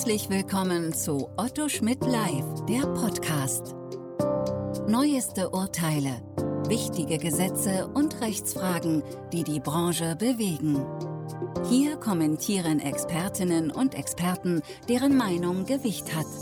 Herzlich willkommen zu Otto Schmidt Live, der Podcast. Neueste Urteile, wichtige Gesetze und Rechtsfragen, die die Branche bewegen. Hier kommentieren Expertinnen und Experten, deren Meinung Gewicht hat.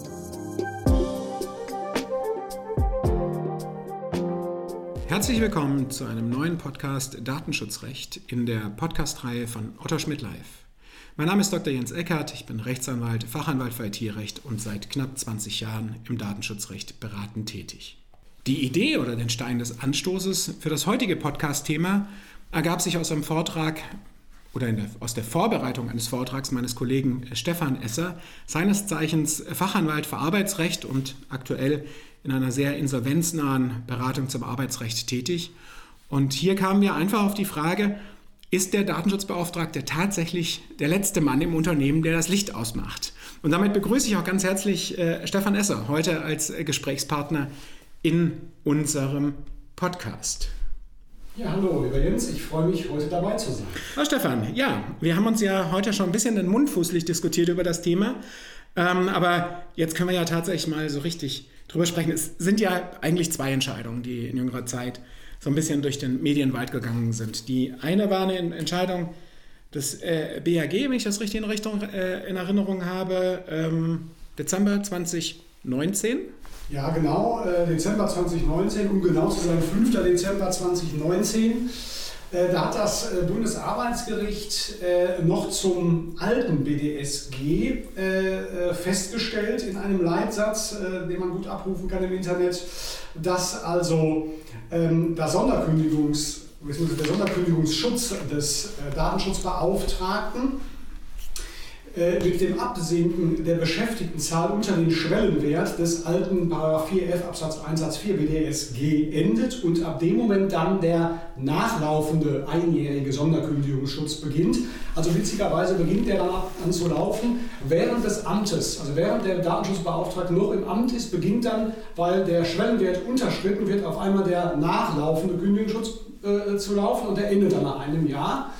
Herzlich willkommen zu einem neuen Podcast Datenschutzrecht in der Podcast-Reihe von Otto Schmidt Live. Mein Name ist Dr. Jens Eckert, ich bin Rechtsanwalt, Fachanwalt für IT-Recht und seit knapp 20 Jahren im Datenschutzrecht beratend tätig. Die Idee oder den Stein des Anstoßes für das heutige Podcast-Thema ergab sich aus einem Vortrag oder aus der Vorbereitung eines Vortrags meines Kollegen Stefan Esser, seines Zeichens Fachanwalt für Arbeitsrecht und aktuell in einer sehr insolvenznahen Beratung zum Arbeitsrecht tätig. Und hier kamen wir einfach auf die Frage, ist der Datenschutzbeauftragte tatsächlich der letzte Mann im Unternehmen, der das Licht ausmacht? Und damit begrüße ich auch ganz herzlich Stefan Esser heute als Gesprächspartner in unserem Podcast. Ja, hallo, lieber Jens, ich freue mich, heute dabei zu sein. Hallo Stefan, ja, wir haben uns ja heute schon ein bisschen den Mund fußlich diskutiert über das Thema, aber jetzt können wir ja tatsächlich mal so richtig drüber sprechen. Es sind ja eigentlich zwei Entscheidungen, die in jüngerer Zeit so ein bisschen durch den Medienwald gegangen sind. Die eine war eine Entscheidung des BAG, wenn ich das richtig in Erinnerung habe, Dezember 2019. Ja, genau, Dezember 2019, um genau zu sein, 5. Dezember 2019. Da hat das Bundesarbeitsgericht noch zum alten BDSG festgestellt in einem Leitsatz, den man gut abrufen kann im Internet, dass also der Sonderkündigungsschutz des Datenschutzbeauftragten mit dem Absinken der Beschäftigtenzahl unter den Schwellenwert des alten § 4f Absatz 1 Satz 4 BDSG endet und ab dem Moment dann der nachlaufende einjährige Sonderkündigungsschutz beginnt. Also witzigerweise beginnt der dann an zu laufen während des Amtes, also während der Datenschutzbeauftragte noch im Amt ist, beginnt dann, weil der Schwellenwert unterschritten wird, auf einmal der nachlaufende Kündigungsschutz zu laufen und der endet dann nach einem Jahr.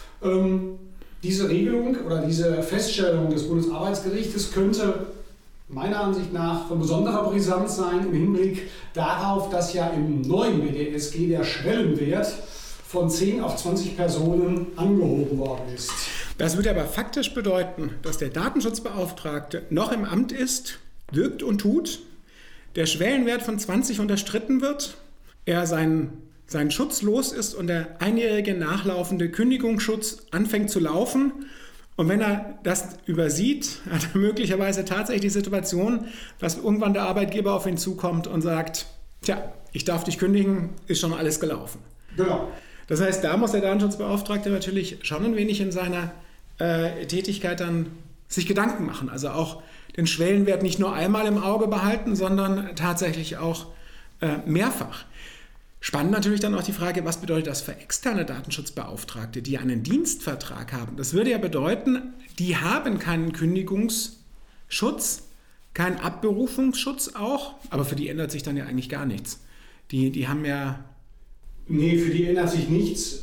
Diese Regelung oder diese Feststellung des Bundesarbeitsgerichtes könnte meiner Ansicht nach von besonderer Brisanz sein im Hinblick darauf, dass ja im neuen BDSG der Schwellenwert von 10 auf 20 Personen angehoben worden ist. Das würde aber faktisch bedeuten, dass der Datenschutzbeauftragte noch im Amt ist, wirkt und tut, der Schwellenwert von 20 unterstritten wird, er sein Schutz los ist und der einjährige nachlaufende Kündigungsschutz anfängt zu laufen. Und wenn er das übersieht, hat er möglicherweise tatsächlich die Situation, dass irgendwann der Arbeitgeber auf ihn zukommt und sagt, tja, ich darf dich kündigen, ist schon alles gelaufen. Genau. Das heißt, da muss der Datenschutzbeauftragte natürlich schon ein wenig in seiner Tätigkeit dann sich Gedanken machen. Also auch den Schwellenwert nicht nur einmal im Auge behalten, sondern tatsächlich auch mehrfach. Spannend natürlich dann auch die Frage, was bedeutet das für externe Datenschutzbeauftragte, die einen Dienstvertrag haben? Das würde ja bedeuten, die haben keinen Kündigungsschutz, keinen Abberufungsschutz auch, aber für die ändert sich dann ja eigentlich gar nichts. Die haben ja... Nee, für die ändert sich nichts.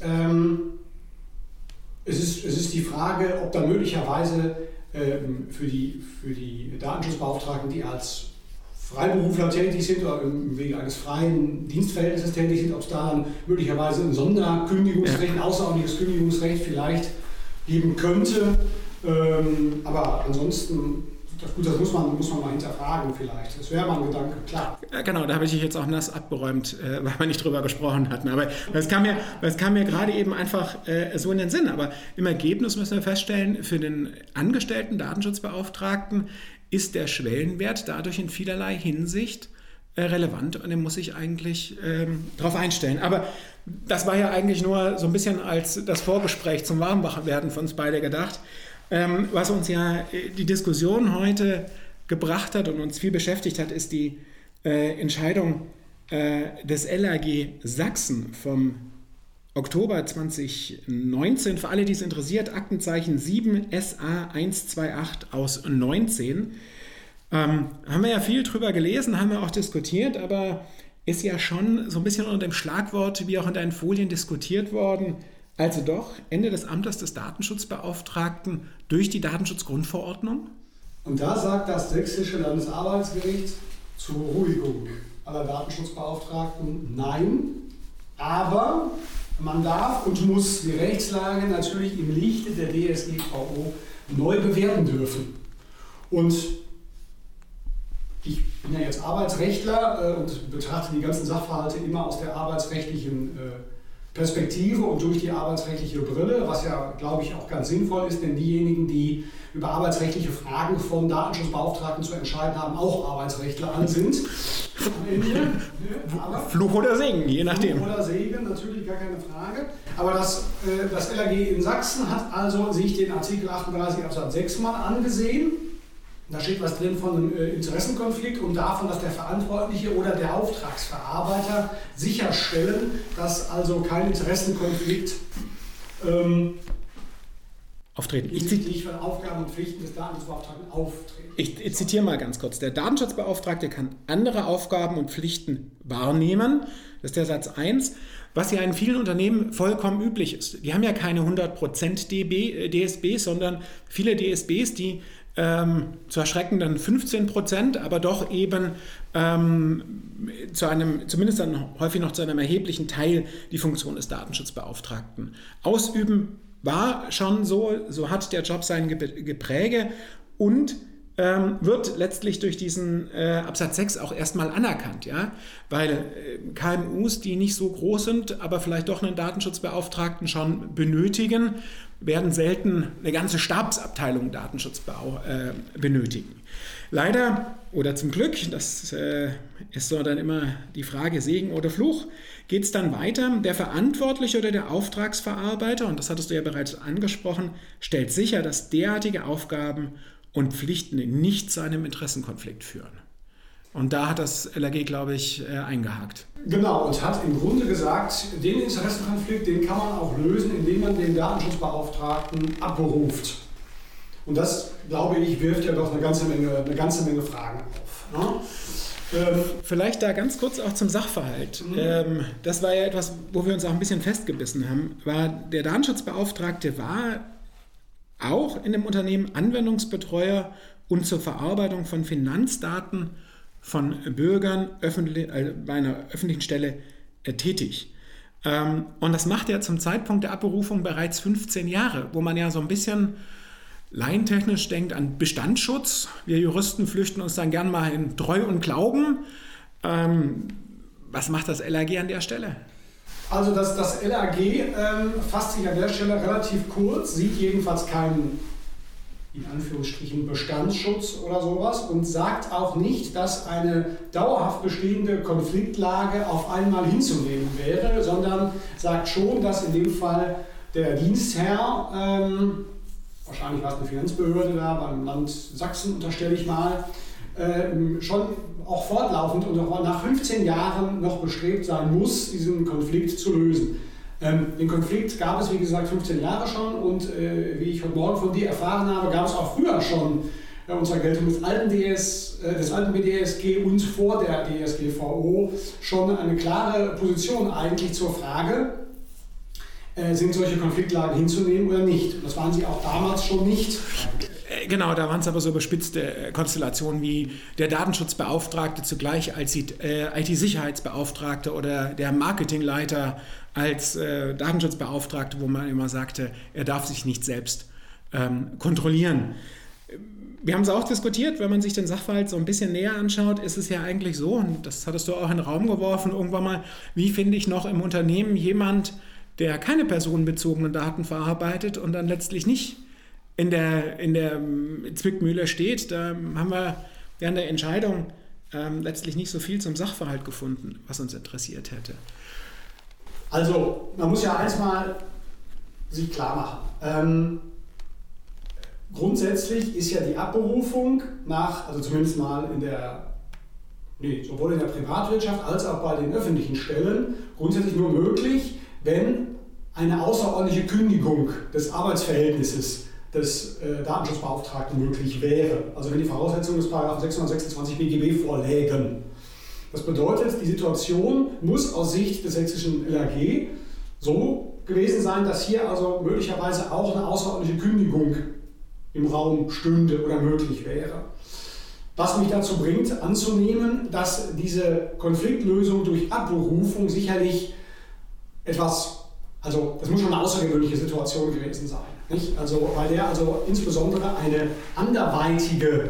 Es ist die Frage, ob da möglicherweise für die Datenschutzbeauftragten, die als Freiberufler tätig sind oder im Wege eines freien Dienstverhältnisses tätig sind, ob es da dann möglicherweise ein Sonderkündigungsrecht, ein außerordentliches Kündigungsrecht vielleicht geben könnte. Aber ansonsten, das muss man mal hinterfragen vielleicht. Das wäre mal ein Gedanke, klar. Ja, genau, da habe ich dich jetzt auch nass abgeräumt, weil wir nicht drüber gesprochen hatten. Aber das kam mir gerade eben einfach so in den Sinn. Aber im Ergebnis müssen wir feststellen, für den angestellten Datenschutzbeauftragten ist der Schwellenwert dadurch in vielerlei Hinsicht relevant und den muss ich eigentlich darauf einstellen. Aber das war ja eigentlich nur so ein bisschen als das Vorgespräch zum Warmwerden von uns beide gedacht. Was uns ja die Diskussion heute gebracht hat und uns viel beschäftigt hat, ist die Entscheidung des LAG Sachsen vom Oktober 2019. Für alle, die es interessiert, Aktenzeichen 7 SA 128 aus 19. Haben wir ja viel drüber gelesen, haben wir auch diskutiert, aber ist ja schon so ein bisschen unter dem Schlagwort, wie auch in deinen Folien diskutiert worden, also doch Ende des Amtes des Datenschutzbeauftragten durch die Datenschutzgrundverordnung? Und da sagt das Sächsische Landesarbeitsgericht zur Beruhigung aller Datenschutzbeauftragten nein, aber man darf und muss die Rechtslage natürlich im Lichte der DSGVO neu bewerten dürfen. Und ich bin ja jetzt Arbeitsrechtler und betrachte die ganzen Sachverhalte immer aus der arbeitsrechtlichen Perspektive und durch die arbeitsrechtliche Brille, was ja, glaube ich, auch ganz sinnvoll ist, denn diejenigen, die über arbeitsrechtliche Fragen von Datenschutzbeauftragten zu entscheiden haben, auch Arbeitsrechtler alle sind. Am Ende. Aber Fluch oder Segen, je nachdem. Fluch oder Segen, natürlich gar keine Frage. Aber das LAG in Sachsen hat also sich den Artikel 38 Absatz 6 mal angesehen. Da steht was drin von einem Interessenkonflikt und davon, dass der Verantwortliche oder der Auftragsverarbeiter sicherstellen, dass also kein Interessenkonflikt auftreten. hinsichtlich von Aufgaben und Pflichten des Datenschutzbeauftragten auftreten. Ich zitiere mal ganz kurz. Der Datenschutzbeauftragte kann andere Aufgaben und Pflichten wahrnehmen. Das ist der Satz 1, was ja in vielen Unternehmen vollkommen üblich ist. Die haben ja keine 100% DSB, sondern viele DSBs, die zu erschreckenden 15%, aber doch eben zumindest dann häufig noch zu einem erheblichen Teil die Funktion des Datenschutzbeauftragten ausüben. War schon so hat der Job sein Gepräge und wird letztlich durch diesen Absatz 6 auch erstmal anerkannt, ja? Weil KMUs, die nicht so groß sind, aber vielleicht doch einen Datenschutzbeauftragten schon benötigen, werden selten eine ganze Stabsabteilung Datenschutz benötigen. Leider oder zum Glück, das ist so dann immer die Frage Segen oder Fluch, geht es dann weiter. Der Verantwortliche oder der Auftragsverarbeiter, und das hattest du ja bereits angesprochen, stellt sicher, dass derartige Aufgaben und Pflichten nicht zu einem Interessenkonflikt führen. Und da hat das LAG, glaube ich, eingehakt. Genau, und hat im Grunde gesagt, den Interessenkonflikt, den kann man auch lösen, indem man den Datenschutzbeauftragten abberuft. Und das, glaube ich, wirft ja doch eine ganze Menge Fragen auf. Ne? Vielleicht da ganz kurz auch zum Sachverhalt. Das war ja etwas, wo wir uns auch ein bisschen festgebissen haben. Der Datenschutzbeauftragte war auch in dem Unternehmen Anwendungsbetreuer und zur Verarbeitung von Finanzdaten von Bürgern bei einer öffentlichen Stelle tätig. Und das macht er zum Zeitpunkt der Abberufung bereits 15 Jahre, wo man ja so ein bisschen laientechnisch denkt an Bestandsschutz. Wir Juristen flüchten uns dann gern mal in Treu und Glauben. Was macht das LAG an der Stelle? Also das LAG fasst sich an der Stelle relativ kurz, sieht jedenfalls keinen, in Anführungsstrichen, Bestandsschutz oder sowas und sagt auch nicht, dass eine dauerhaft bestehende Konfliktlage auf einmal hinzunehmen wäre, sondern sagt schon, dass in dem Fall der Dienstherr, wahrscheinlich war es eine Finanzbehörde da beim Land Sachsen, unterstelle ich mal, schon auch fortlaufend und auch nach 15 Jahren noch bestrebt sein muss, diesen Konflikt zu lösen. Den Konflikt gab es, wie gesagt, 15 Jahre schon und wie ich heute Morgen von dir erfahren habe, gab es auch früher schon unter Geltung des alten BDSG und vor der DSGVO schon eine klare Position eigentlich zur Frage, sind solche Konfliktlagen hinzunehmen oder nicht. Und das waren sie auch damals schon nicht. Genau, da waren es aber so überspitzte Konstellationen wie der Datenschutzbeauftragte zugleich als IT-Sicherheitsbeauftragte oder der Marketingleiter als Datenschutzbeauftragte, wo man immer sagte, er darf sich nicht selbst kontrollieren. Wir haben es auch diskutiert, wenn man sich den Sachverhalt so ein bisschen näher anschaut, ist es ja eigentlich so, und das hattest du auch in den Raum geworfen irgendwann mal, wie finde ich noch im Unternehmen jemand, der keine personenbezogenen Daten verarbeitet und dann letztlich nicht in der Zwickmühle steht. Da haben wir während der Entscheidung letztlich nicht so viel zum Sachverhalt gefunden, was uns interessiert hätte. Also, man muss ja eins mal sich klar machen. Grundsätzlich ist ja die Abberufung also zumindest mal sowohl in der Privatwirtschaft als auch bei den öffentlichen Stellen grundsätzlich nur möglich, wenn eine außerordentliche Kündigung des Arbeitsverhältnisses des Datenschutzbeauftragten möglich wäre. Also wenn die Voraussetzungen des § 626 BGB vorlägen. Das bedeutet, die Situation muss aus Sicht des sächsischen LAG so gewesen sein, dass hier also möglicherweise auch eine außerordentliche Kündigung im Raum stünde oder möglich wäre. Was mich dazu bringt, anzunehmen, dass diese Konfliktlösung durch Abberufung sicherlich etwas, also das muss schon eine außergewöhnliche Situation gewesen sein. Nicht? Also, weil der also insbesondere eine anderweitige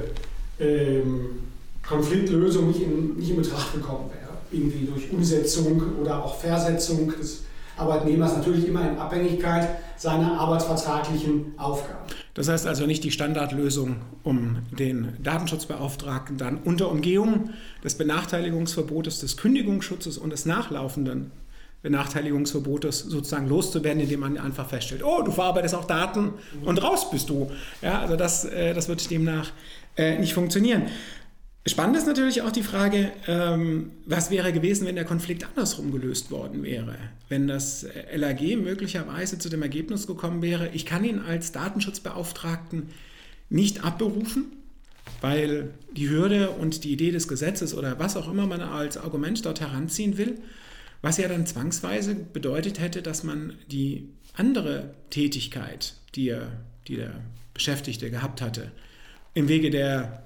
Konfliktlösung nicht in Betracht gekommen wäre. Irgendwie durch Umsetzung oder auch Versetzung des Arbeitnehmers, natürlich immer in Abhängigkeit seiner arbeitsvertraglichen Aufgaben. Das heißt also nicht die Standardlösung, um den Datenschutzbeauftragten dann unter Umgehung des Benachteiligungsverbotes, des Kündigungsschutzes und des nachlaufenden Benachteiligungsverbotes sozusagen loszuwerden, indem man einfach feststellt, oh, du verarbeitest auch Daten und raus bist du. Ja, also das wird demnach nicht funktionieren. Spannend ist natürlich auch die Frage, was wäre gewesen, wenn der Konflikt andersrum gelöst worden wäre. Wenn das LAG möglicherweise zu dem Ergebnis gekommen wäre, ich kann ihn als Datenschutzbeauftragten nicht abberufen, weil die Hürde und die Idee des Gesetzes oder was auch immer man als Argument dort heranziehen will, was ja dann zwangsweise bedeutet hätte, dass man die andere Tätigkeit, die der Beschäftigte gehabt hatte, im Wege der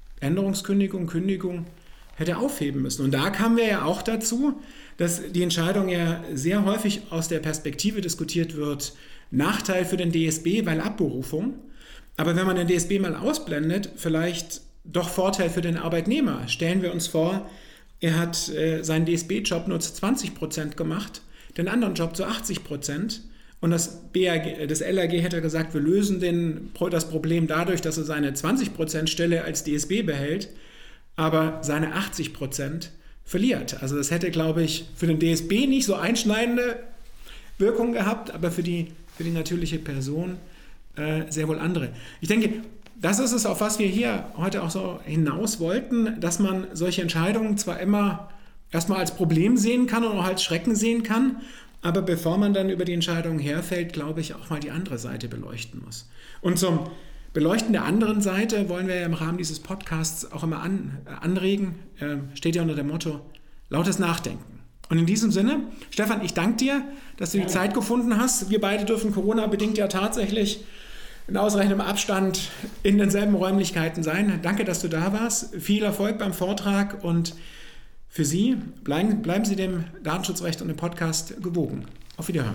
Kündigung hätte aufheben müssen. Und da kamen wir ja auch dazu, dass die Entscheidung ja sehr häufig aus der Perspektive diskutiert wird, Nachteil für den DSB, weil Abberufung. Aber wenn man den DSB mal ausblendet, vielleicht doch Vorteil für den Arbeitnehmer. Stellen wir uns vor, er hat seinen DSB-Job nur zu 20% gemacht, den anderen Job zu 80%. Und das LAG hätte gesagt, wir lösen das Problem dadurch, dass er seine 20% Stelle als DSB behält, aber seine 80% verliert. Also das hätte, glaube ich, für den DSB nicht so einschneidende Wirkung gehabt, aber für die natürliche Person sehr wohl andere. Ich denke, das ist es, auf was wir hier heute auch so hinaus wollten, dass man solche Entscheidungen zwar immer erstmal als Problem sehen kann und auch als Schrecken sehen kann, aber bevor man dann über die Entscheidung herfällt, glaube ich, auch mal die andere Seite beleuchten muss. Und zum Beleuchten der anderen Seite wollen wir ja im Rahmen dieses Podcasts auch immer anregen, steht ja unter dem Motto, lautes Nachdenken. Und in diesem Sinne, Stefan, ich danke dir, dass du die Zeit gefunden hast. Wir beide dürfen Corona-bedingt ja tatsächlich in ausreichendem Abstand in denselben Räumlichkeiten sein. Danke, dass du da warst. Viel Erfolg beim Vortrag und für Sie bleiben Sie dem Datenschutzrecht und dem Podcast gewogen. Auf Wiederhören.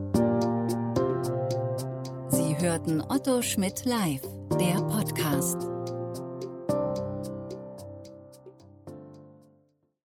Sie hörten Otto Schmidt live, der Podcast.